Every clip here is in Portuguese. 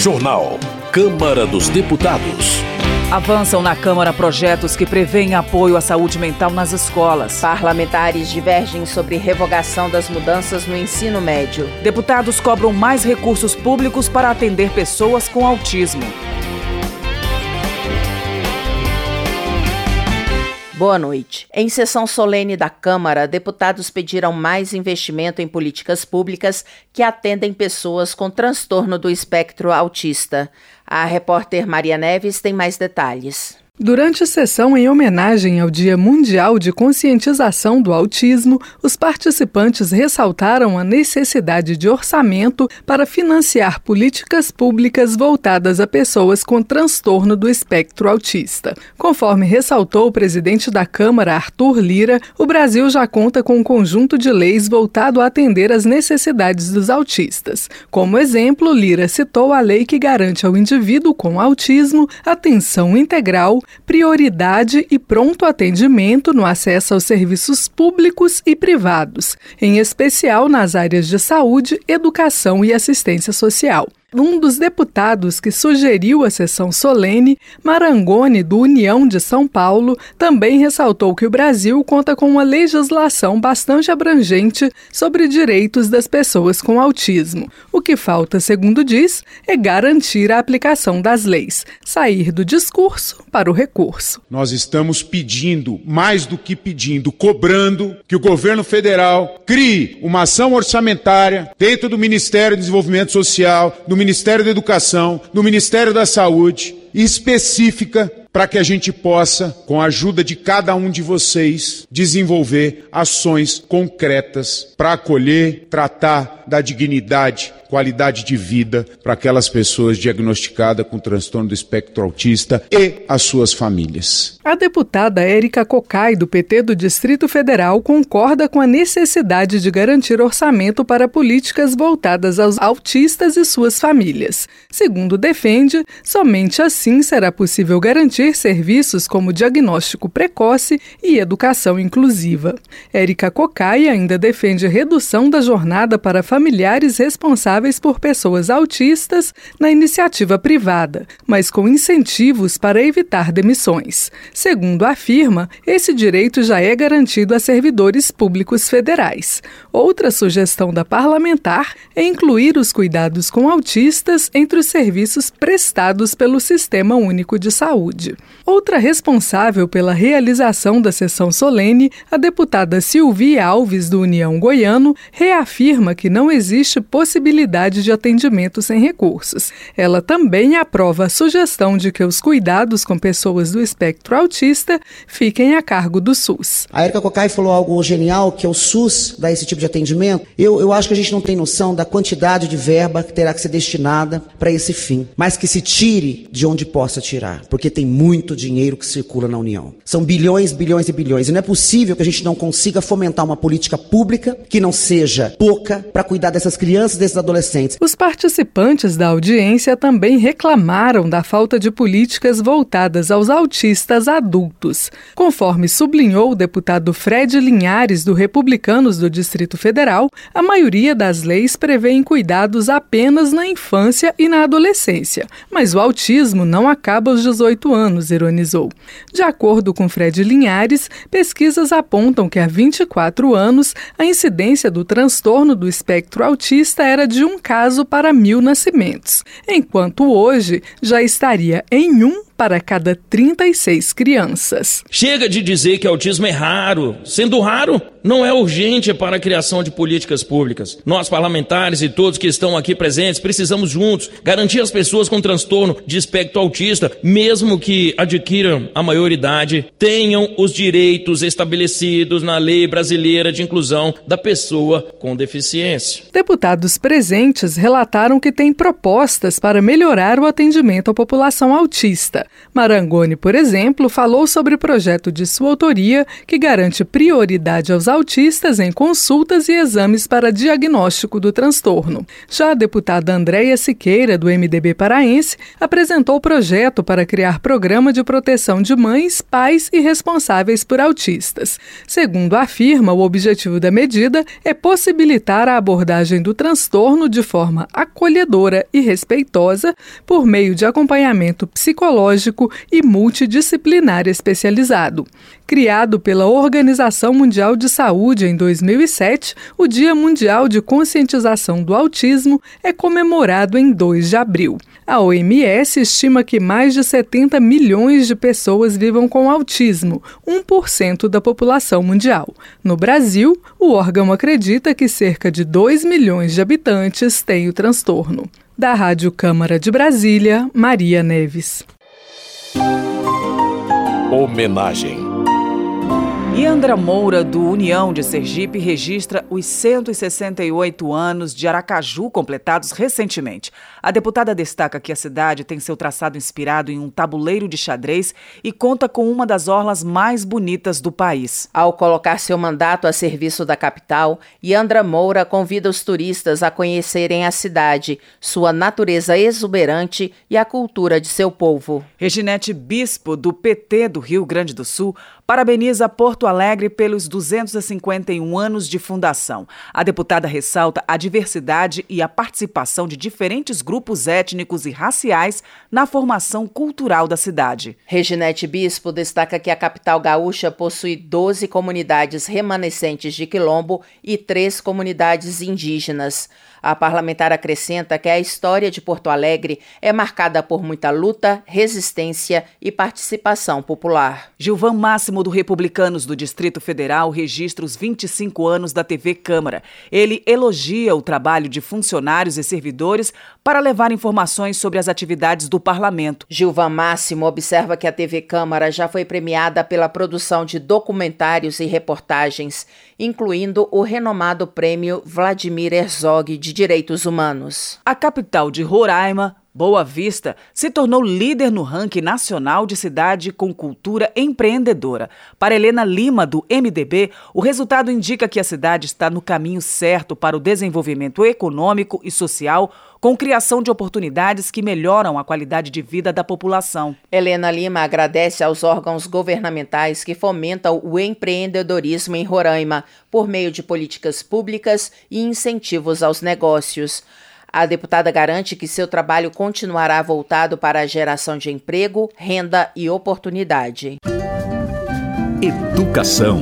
Jornal. Câmara dos Deputados. Avançam na Câmara projetos que prevêem apoio à saúde mental nas escolas. Parlamentares divergem sobre revogação das mudanças no ensino médio. Deputados cobram mais recursos públicos para atender pessoas com autismo. Boa noite. Em sessão solene da Câmara, deputados pediram mais investimento em políticas públicas que atendem pessoas com transtorno do espectro autista. A repórter Maria Neves tem mais detalhes. Durante a sessão em homenagem ao Dia Mundial de Conscientização do Autismo, os participantes ressaltaram a necessidade de orçamento para financiar políticas públicas voltadas a pessoas com transtorno do espectro autista. Conforme ressaltou o presidente da Câmara, Arthur Lira, o Brasil já conta com um conjunto de leis voltado a atender às necessidades dos autistas. Como exemplo, Lira citou a lei que garante ao indivíduo com autismo atenção integral, prioridade e pronto atendimento no acesso aos serviços públicos e privados, em especial nas áreas de saúde, educação e assistência social. Um dos deputados que sugeriu a sessão solene, Marangoni, do União de São Paulo, também ressaltou que o Brasil conta com uma legislação bastante abrangente sobre direitos das pessoas com autismo. O que falta, segundo diz, é garantir a aplicação das leis, sair do discurso para o recurso. Nós estamos pedindo, mais do que pedindo, cobrando que o governo federal crie uma ação orçamentária dentro do Ministério do Desenvolvimento Social, do Ministério da Educação, do Ministério da Saúde, específica para que a gente possa, com a ajuda de cada um de vocês, desenvolver ações concretas para acolher, tratar da dignidade, qualidade de vida para aquelas pessoas diagnosticadas com transtorno do espectro autista e as suas famílias. A deputada Érica Cocai, do PT do Distrito Federal, concorda com a necessidade de garantir orçamento para políticas voltadas aos autistas e suas famílias. Segundo defende, somente assim será possível garantir serviços como diagnóstico precoce e educação inclusiva. Érica Cocai ainda defende redução da jornada para familiares responsáveis por pessoas autistas na iniciativa privada, mas com incentivos para evitar demissões. Segundo afirma, esse direito já é garantido a servidores públicos federais. Outra sugestão da parlamentar é incluir os cuidados com autistas entre os serviços prestados pelo Sistema Único de Saúde. Outra responsável pela realização da sessão solene, a deputada Silvia Alves, do União Goiano, reafirma que não existe possibilidade de atendimento sem recursos. Ela também aprova a sugestão de que os cuidados com pessoas do espectro autista fiquem a cargo do SUS. A Érica Cocai falou algo genial, que é o SUS dar esse tipo de atendimento. Eu acho que a gente não tem noção da quantidade de verba que terá que ser destinada para esse fim, mas que se tire de onde possa tirar, porque tem muito dinheiro que circula na União. São bilhões, bilhões e bilhões, e não é possível que a gente não consiga fomentar uma política pública que não seja pouca para cuidar dessas crianças e desses adolescentes. Os participantes da audiência também reclamaram da falta de políticas voltadas aos autistas adultos. Conforme sublinhou o deputado Fred Linhares, do Republicanos do Distrito Federal, a maioria das leis prevêem cuidados apenas na infância e na adolescência, mas o autismo não acaba aos 18 anos, ironizou. De acordo com Fred Linhares, pesquisas apontam que há 24 anos a incidência do transtorno do espectro autista era de 1 caso para 1.000 nascimentos, enquanto hoje já estaria em 1 para cada 36 crianças. Chega de dizer que autismo é raro. Sendo raro, não é urgente para a criação de políticas públicas. Nós, parlamentares e todos que estão aqui presentes, precisamos juntos garantir às pessoas com transtorno de espectro autista, mesmo que adquiram a maioridade, tenham os direitos estabelecidos na Lei Brasileira de Inclusão da Pessoa com Deficiência. Deputados presentes relataram que têm propostas para melhorar o atendimento à população autista. autista. Marangoni, por exemplo, falou sobre o projeto de sua autoria que garante prioridade aos autistas em consultas e exames para diagnóstico do transtorno. Já a deputada Andréia Siqueira, do MDB paraense, apresentou o projeto para criar programa de proteção de mães, pais e responsáveis por autistas. Segundo afirma, o objetivo da medida é possibilitar a abordagem do transtorno de forma acolhedora e respeitosa por meio de acompanhamento psicológico e multidisciplinar especializado. Criado pela Organização Mundial de Saúde em 2007, o Dia Mundial de Conscientização do Autismo é comemorado em 2 de abril. A OMS estima que mais de 70 milhões de pessoas vivam com autismo, 1% da população mundial. No Brasil, o órgão acredita que cerca de 2 milhões de habitantes têm o transtorno. Da Rádio Câmara de Brasília, Maria Neves. Homenagem. Yandra Moura, do União de Sergipe, registra os 168 anos de Aracaju completados recentemente. A deputada destaca que a cidade tem seu traçado inspirado em um tabuleiro de xadrez e conta com uma das orlas mais bonitas do país. Ao colocar seu mandato a serviço da capital, Yandra Moura convida os turistas a conhecerem a cidade, sua natureza exuberante e a cultura de seu povo. Reginete Bispo, do PT do Rio Grande do Sul, parabeniza Porto Alegre pelos 251 anos de fundação. A deputada ressalta a diversidade e a participação de diferentes grupos étnicos e raciais na formação cultural da cidade. Reginete Bispo destaca que a capital gaúcha possui 12 comunidades remanescentes de quilombo e 3 comunidades indígenas. A parlamentar acrescenta que a história de Porto Alegre é marcada por muita luta, resistência e participação popular. Gilvan Máximo, do Republicanos do Distrito Federal, registra os 25 anos da TV Câmara. Ele elogia o trabalho de funcionários e servidores para levar informações sobre as atividades do parlamento. Gilvan Máximo observa que a TV Câmara já foi premiada pela produção de documentários e reportagens, incluindo o renomado prêmio Vladimir Herzog de Direitos Humanos. A capital de Roraima, Boa Vista, se tornou líder no ranking nacional de cidade com cultura empreendedora. Para Helena Lima, do MDB, o resultado indica que a cidade está no caminho certo para o desenvolvimento econômico e social, com criação de oportunidades que melhoram a qualidade de vida da população. Helena Lima agradece aos órgãos governamentais que fomentam o empreendedorismo em Roraima, por meio de políticas públicas e incentivos aos negócios. A deputada garante que seu trabalho continuará voltado para a geração de emprego, renda e oportunidade. Educação.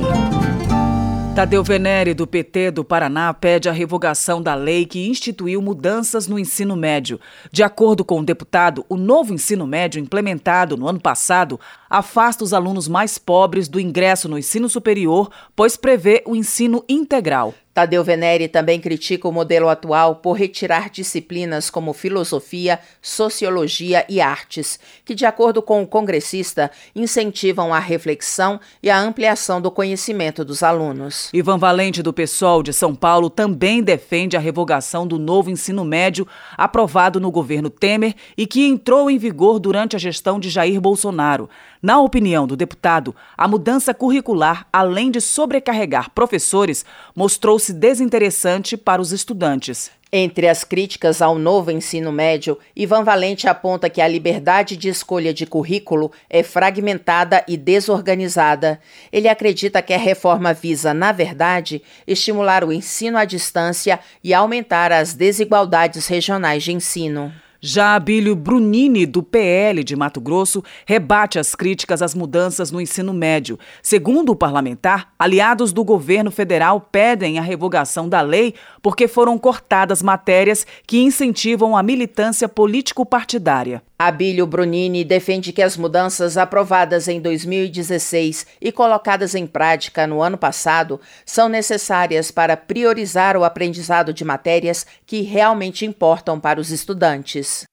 Tadeu Venere, do PT do Paraná, pede a revogação da lei que instituiu mudanças no ensino médio. De acordo com o deputado, o novo ensino médio implementado no ano passado afasta os alunos mais pobres do ingresso no ensino superior, pois prevê o ensino integral. Tadeu Venere também critica o modelo atual por retirar disciplinas como filosofia, sociologia e artes, que, de acordo com o congressista, incentivam a reflexão e a ampliação do conhecimento dos alunos. Ivan Valente, do PSOL de São Paulo, também defende a revogação do novo ensino médio aprovado no governo Temer e que entrou em vigor durante a gestão de Jair Bolsonaro. Na opinião do deputado, a mudança curricular, além de sobrecarregar professores, mostrou-se desinteressante para os estudantes. Entre as críticas ao novo ensino médio, Ivan Valente aponta que a liberdade de escolha de currículo é fragmentada e desorganizada. Ele acredita que a reforma visa, na verdade, estimular o ensino à distância e aumentar as desigualdades regionais de ensino. Já Abílio Brunini, do PL de Mato Grosso, rebate as críticas às mudanças no ensino médio. Segundo o parlamentar, aliados do governo federal pedem a revogação da lei porque foram cortadas matérias que incentivam a militância político-partidária. Abílio Brunini defende que as mudanças aprovadas em 2016 e colocadas em prática no ano passado são necessárias para priorizar o aprendizado de matérias que realmente importam para os estudantes.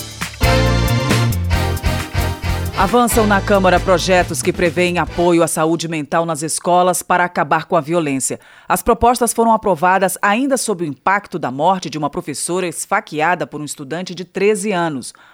Avançam na Câmara projetos que prevêem apoio à saúde mental nas escolas para acabar com a violência. As propostas foram aprovadas ainda sob o impacto da morte de uma professora esfaqueada por um estudante de 13 anos.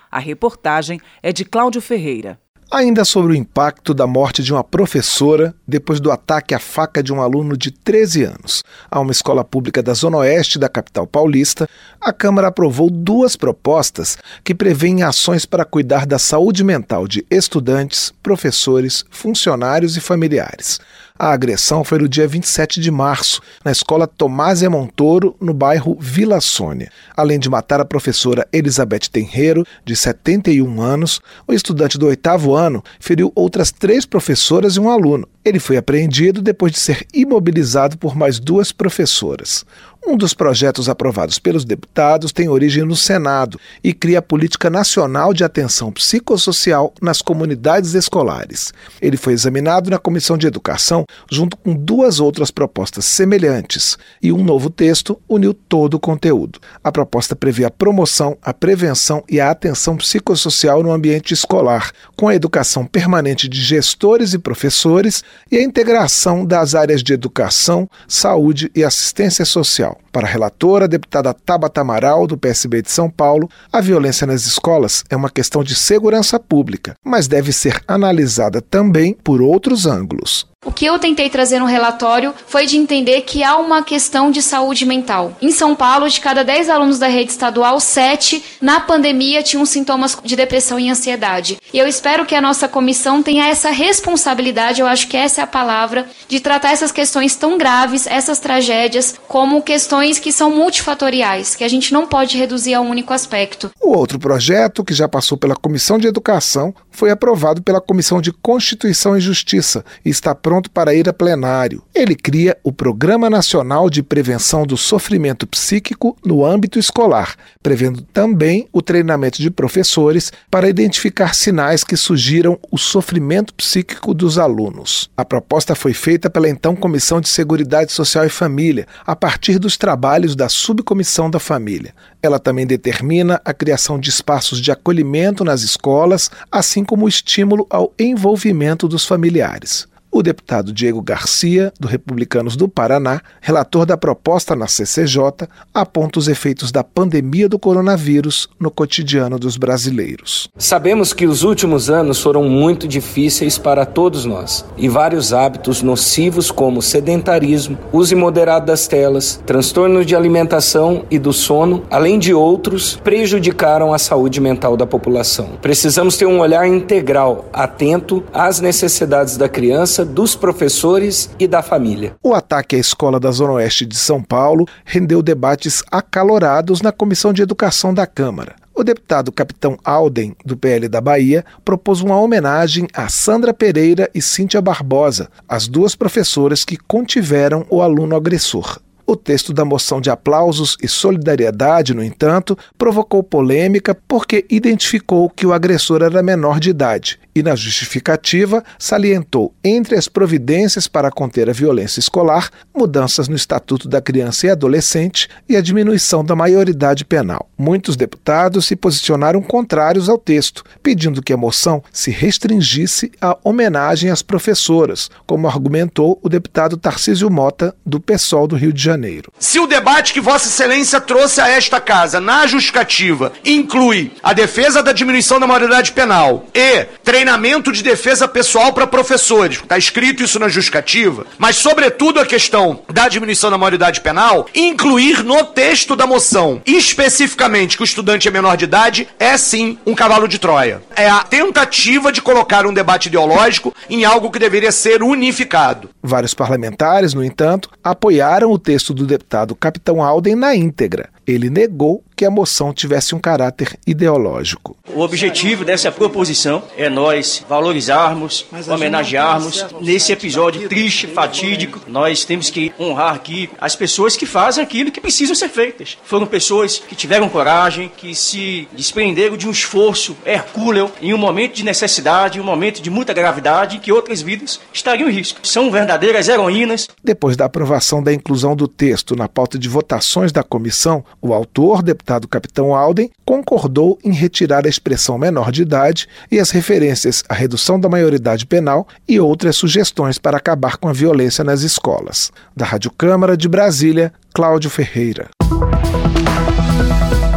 A reportagem é de Cláudio Ferreira. Ainda sobre o impacto da morte de uma professora depois do ataque à faca de um aluno de 13 anos a uma escola pública da Zona Oeste da capital paulista, a Câmara aprovou 2 propostas que prevêem ações para cuidar da saúde mental de estudantes, professores, funcionários e familiares. A agressão foi no dia 27 de março, na escola Tomásia Montoro, no bairro Vila Sônia. Além de matar a professora Elizabeth Tenreiro, de 71 anos, o estudante do 8º ano feriu outras 3 professoras e um aluno. Ele foi apreendido depois de ser imobilizado por mais 2 professoras. Um dos projetos aprovados pelos deputados tem origem no Senado e cria a Política Nacional de Atenção Psicossocial nas Comunidades Escolares. Ele foi examinado na Comissão de Educação junto com 2 outras propostas semelhantes e um novo texto uniu todo o conteúdo. A proposta prevê a promoção, a prevenção e a atenção psicossocial no ambiente escolar, com a educação permanente de gestores e professores e a integração das áreas de educação, saúde e assistência social. Para a relatora, a deputada Tabata Amaral, do PSB de São Paulo, a violência nas escolas é uma questão de segurança pública, mas deve ser analisada também por outros ângulos. O que eu tentei trazer no relatório foi de entender que há uma questão de saúde mental. Em São Paulo, de cada 10 alunos da rede estadual, 7 na pandemia tinham sintomas de depressão e ansiedade. E eu espero que a nossa comissão tenha essa responsabilidade, eu acho que essa é a palavra, de tratar essas questões tão graves, essas tragédias, como questões que são multifatoriais, que a gente não pode reduzir a um único aspecto. O outro projeto, que já passou pela Comissão de Educação, foi aprovado pela Comissão de Constituição e Justiça e está pronto para ir a plenário. Ele cria o Programa Nacional de Prevenção do Sofrimento Psíquico no âmbito escolar, prevendo também o treinamento de professores para identificar sinais que sugiram o sofrimento psíquico dos alunos. A proposta foi feita pela então Comissão de Seguridade Social e Família, a partir dos trabalhos da Subcomissão da Família. Ela também determina a criação de espaços de acolhimento nas escolas, assim como o estímulo ao envolvimento dos familiares. O deputado Diego Garcia, do Republicanos do Paraná, relator da proposta na CCJ, aponta os efeitos da pandemia do coronavírus no cotidiano dos brasileiros. Sabemos que os últimos anos foram muito difíceis para todos nós e vários hábitos nocivos como sedentarismo, uso imoderado das telas, transtornos de alimentação e do sono, além de outros, prejudicaram a saúde mental da população. Precisamos ter um olhar integral, atento às necessidades da criança, dos professores e da família. O ataque à escola da Zona Oeste de São Paulo rendeu debates acalorados na Comissão de Educação da Câmara. O deputado Capitão Alden, do PL da Bahia, propôs uma homenagem a Sandra Pereira e Cíntia Barbosa, as 2 professoras que contiveram o aluno agressor. O texto da moção de aplausos e solidariedade, no entanto, provocou polêmica porque identificou que o agressor era menor de idade e, na justificativa, salientou, entre as providências para conter a violência escolar, mudanças no Estatuto da Criança e Adolescente e a diminuição da maioridade penal. Muitos deputados se posicionaram contrários ao texto, pedindo que a moção se restringisse à homenagem às professoras, como argumentou o deputado Tarcísio Mota, do PSOL do Rio de Janeiro. Se o debate que Vossa Excelência trouxe a esta casa na justificativa inclui a defesa da diminuição da maioridade penal e treinamento de defesa pessoal para professores, está escrito isso na justificativa, mas sobretudo a questão da diminuição da maioridade penal, incluir no texto da moção especificamente que o estudante é menor de idade, é sim um cavalo de Troia. É a tentativa de colocar um debate ideológico em algo que deveria ser unificado. Vários parlamentares, no entanto, apoiaram o texto do deputado Capitão Alden na íntegra. Ele negou que a moção tivesse um caráter ideológico. O objetivo dessa proposição é nós valorizarmos, homenagearmos. Nesse episódio triste, fatídico, nós temos que honrar aqui as pessoas que fazem aquilo que precisam ser feitas. Foram pessoas que tiveram coragem, que se desprenderam de um esforço hercúleo em um momento de necessidade, em um momento de muita gravidade, que outras vidas estariam em risco. São verdadeiras heroínas. Depois da aprovação da inclusão do texto na pauta de votações da comissão, o autor, deputado Capitão Alden, concordou em retirar a expressão menor de idade e as referências à redução da maioridade penal e outras sugestões para acabar com a violência nas escolas. Da Rádio Câmara de Brasília, Cláudio Ferreira.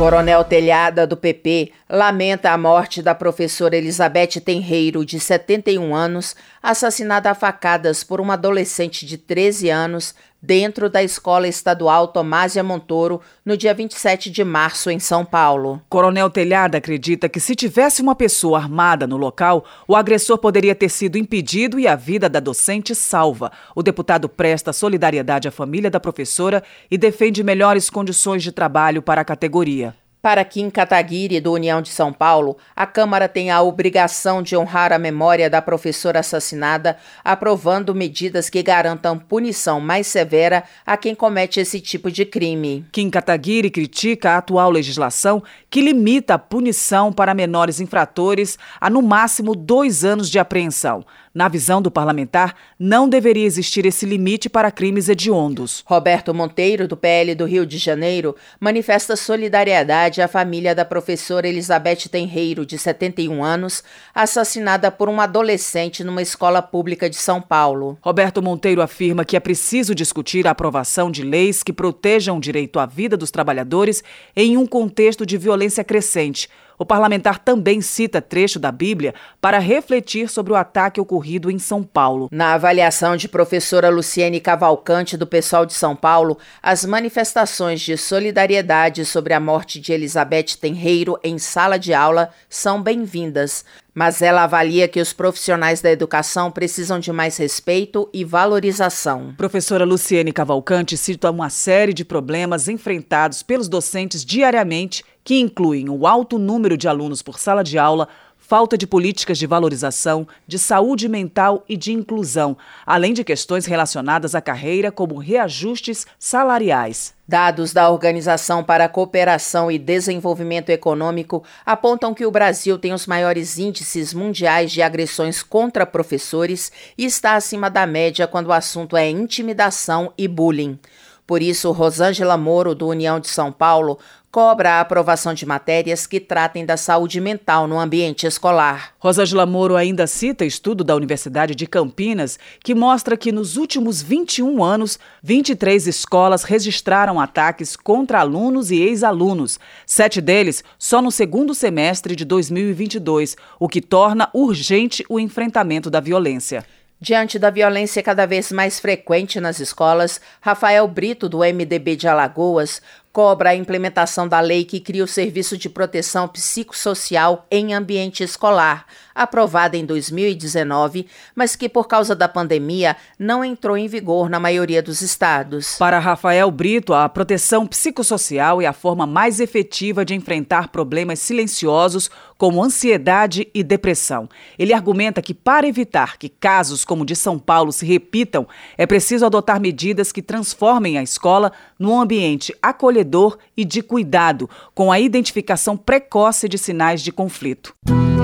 Coronel Telhada, do PP, lamenta a morte da professora Elizabeth Tenreiro, de 71 anos, assassinada a facadas por uma adolescente de 13 anos dentro da Escola Estadual Tomásia Montoro, no dia 27 de março, em São Paulo. Coronel Telhada acredita que se tivesse uma pessoa armada no local, o agressor poderia ter sido impedido e a vida da docente salva. O deputado presta solidariedade à família da professora e defende melhores condições de trabalho para a categoria. Para Kim Kataguiri, do União de São Paulo, a Câmara tem a obrigação de honrar a memória da professora assassinada, aprovando medidas que garantam punição mais severa a quem comete esse tipo de crime. Kim Kataguiri critica a atual legislação que limita a punição para menores infratores a, no máximo, 2 anos de apreensão. Na visão do parlamentar, não deveria existir esse limite para crimes hediondos. Roberto Monteiro, do PL do Rio de Janeiro, manifesta solidariedade à família da professora Elizabeth Tenreiro, de 71 anos, assassinada por um adolescente numa escola pública de São Paulo. Roberto Monteiro afirma que é preciso discutir a aprovação de leis que protejam o direito à vida dos trabalhadores em um contexto de violência crescente. O parlamentar também cita trecho da Bíblia para refletir sobre o ataque ocorrido em São Paulo. Na avaliação de professora Luciene Cavalcante, do PSOL de São Paulo, as manifestações de solidariedade sobre a morte de Elizabeth Tenreiro em sala de aula são bem-vindas, mas ela avalia que os profissionais da educação precisam de mais respeito e valorização. Professora Luciene Cavalcante cita uma série de problemas enfrentados pelos docentes diariamente, que incluem o alto número de alunos por sala de aula, falta de políticas de valorização, de saúde mental e de inclusão, além de questões relacionadas à carreira, como reajustes salariais. Dados da Organização para a Cooperação e Desenvolvimento Econômico apontam que o Brasil tem os maiores índices mundiais de agressões contra professores e está acima da média quando o assunto é intimidação e bullying. Por isso, Rosângela Moro, do União de São Paulo, cobra a aprovação de matérias que tratem da saúde mental no ambiente escolar. Rosângela Moro ainda cita estudo da Universidade de Campinas, que mostra que nos últimos 21 anos, 23 escolas registraram ataques contra alunos e ex-alunos, 7 deles só no segundo semestre de 2022, o que torna urgente o enfrentamento da violência. Diante da violência cada vez mais frequente nas escolas, Rafael Brito, do MDB de Alagoas, cobra a implementação da lei que cria o Serviço de Proteção Psicossocial em Ambiente Escolar, aprovada em 2019, mas que por causa da pandemia não entrou em vigor na maioria dos estados. Para Rafael Brito, a proteção psicossocial é a forma mais efetiva de enfrentar problemas silenciosos como ansiedade e depressão. Ele argumenta que para evitar que casos como o de São Paulo se repitam, é preciso adotar medidas que transformem a escola num ambiente acolhedor e de cuidado, com a identificação precoce de sinais de conflito.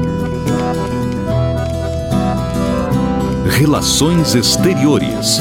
Relações Exteriores.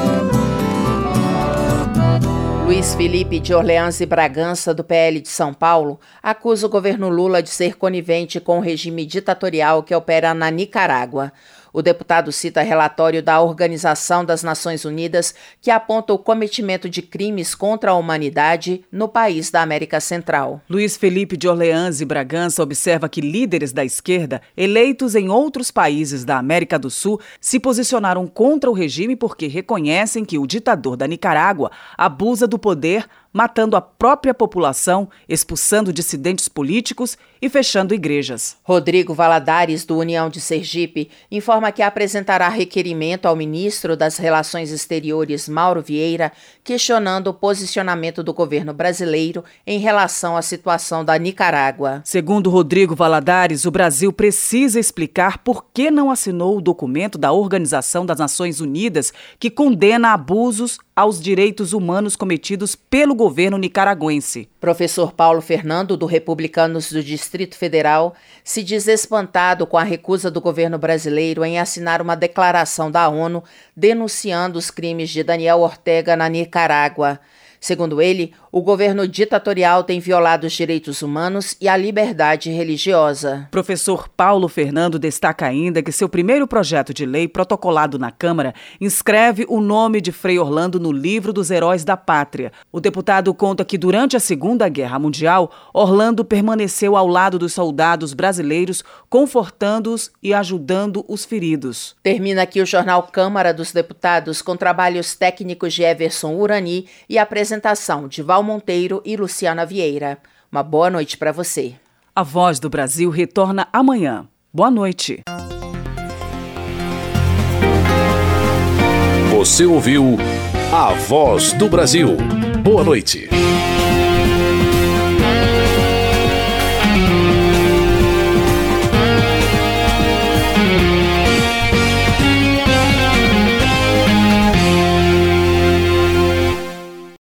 Luiz Felipe de Orleans e Bragança, do PL de São Paulo, acusa o governo Lula de ser conivente com o regime ditatorial que opera na Nicarágua. O deputado cita relatório da Organização das Nações Unidas que aponta o cometimento de crimes contra a humanidade no país da América Central. Luiz Felipe de Orleans e Bragança observa que líderes da esquerda, eleitos em outros países da América do Sul, se posicionaram contra o regime porque reconhecem que o ditador da Nicarágua abusa do poder, matando a própria população, expulsando dissidentes políticos e fechando igrejas. Rodrigo Valadares, do União de Sergipe, informa que apresentará requerimento ao ministro das Relações Exteriores, Mauro Vieira, questionando o posicionamento do governo brasileiro em relação à situação da Nicarágua. Segundo Rodrigo Valadares, o Brasil precisa explicar por que não assinou o documento da Organização das Nações Unidas que condena abusos aos direitos humanos cometidos pelo governo nicaragüense. Professor Paulo Fernando, do Republicanos do Distrito Federal, se diz espantado com a recusa do governo brasileiro em assinar uma declaração da ONU denunciando os crimes de Daniel Ortega na Nicarágua. Segundo ele, O governo ditatorial tem violado os direitos humanos e a liberdade religiosa. Professor Paulo Fernando destaca ainda que seu primeiro projeto de lei protocolado na Câmara inscreve o nome de Frei Orlando no livro dos heróis da pátria. O deputado conta que durante a Segunda Guerra Mundial, Orlando permaneceu ao lado dos soldados brasileiros, confortando-os e ajudando os feridos. Termina aqui o Jornal Câmara dos Deputados com trabalhos técnicos de Everson Urani e apresentação de Val Monteiro e Luciana Vieira. Uma boa noite para você. A Voz do Brasil retorna amanhã. Boa noite. Você ouviu A Voz do Brasil. Boa noite.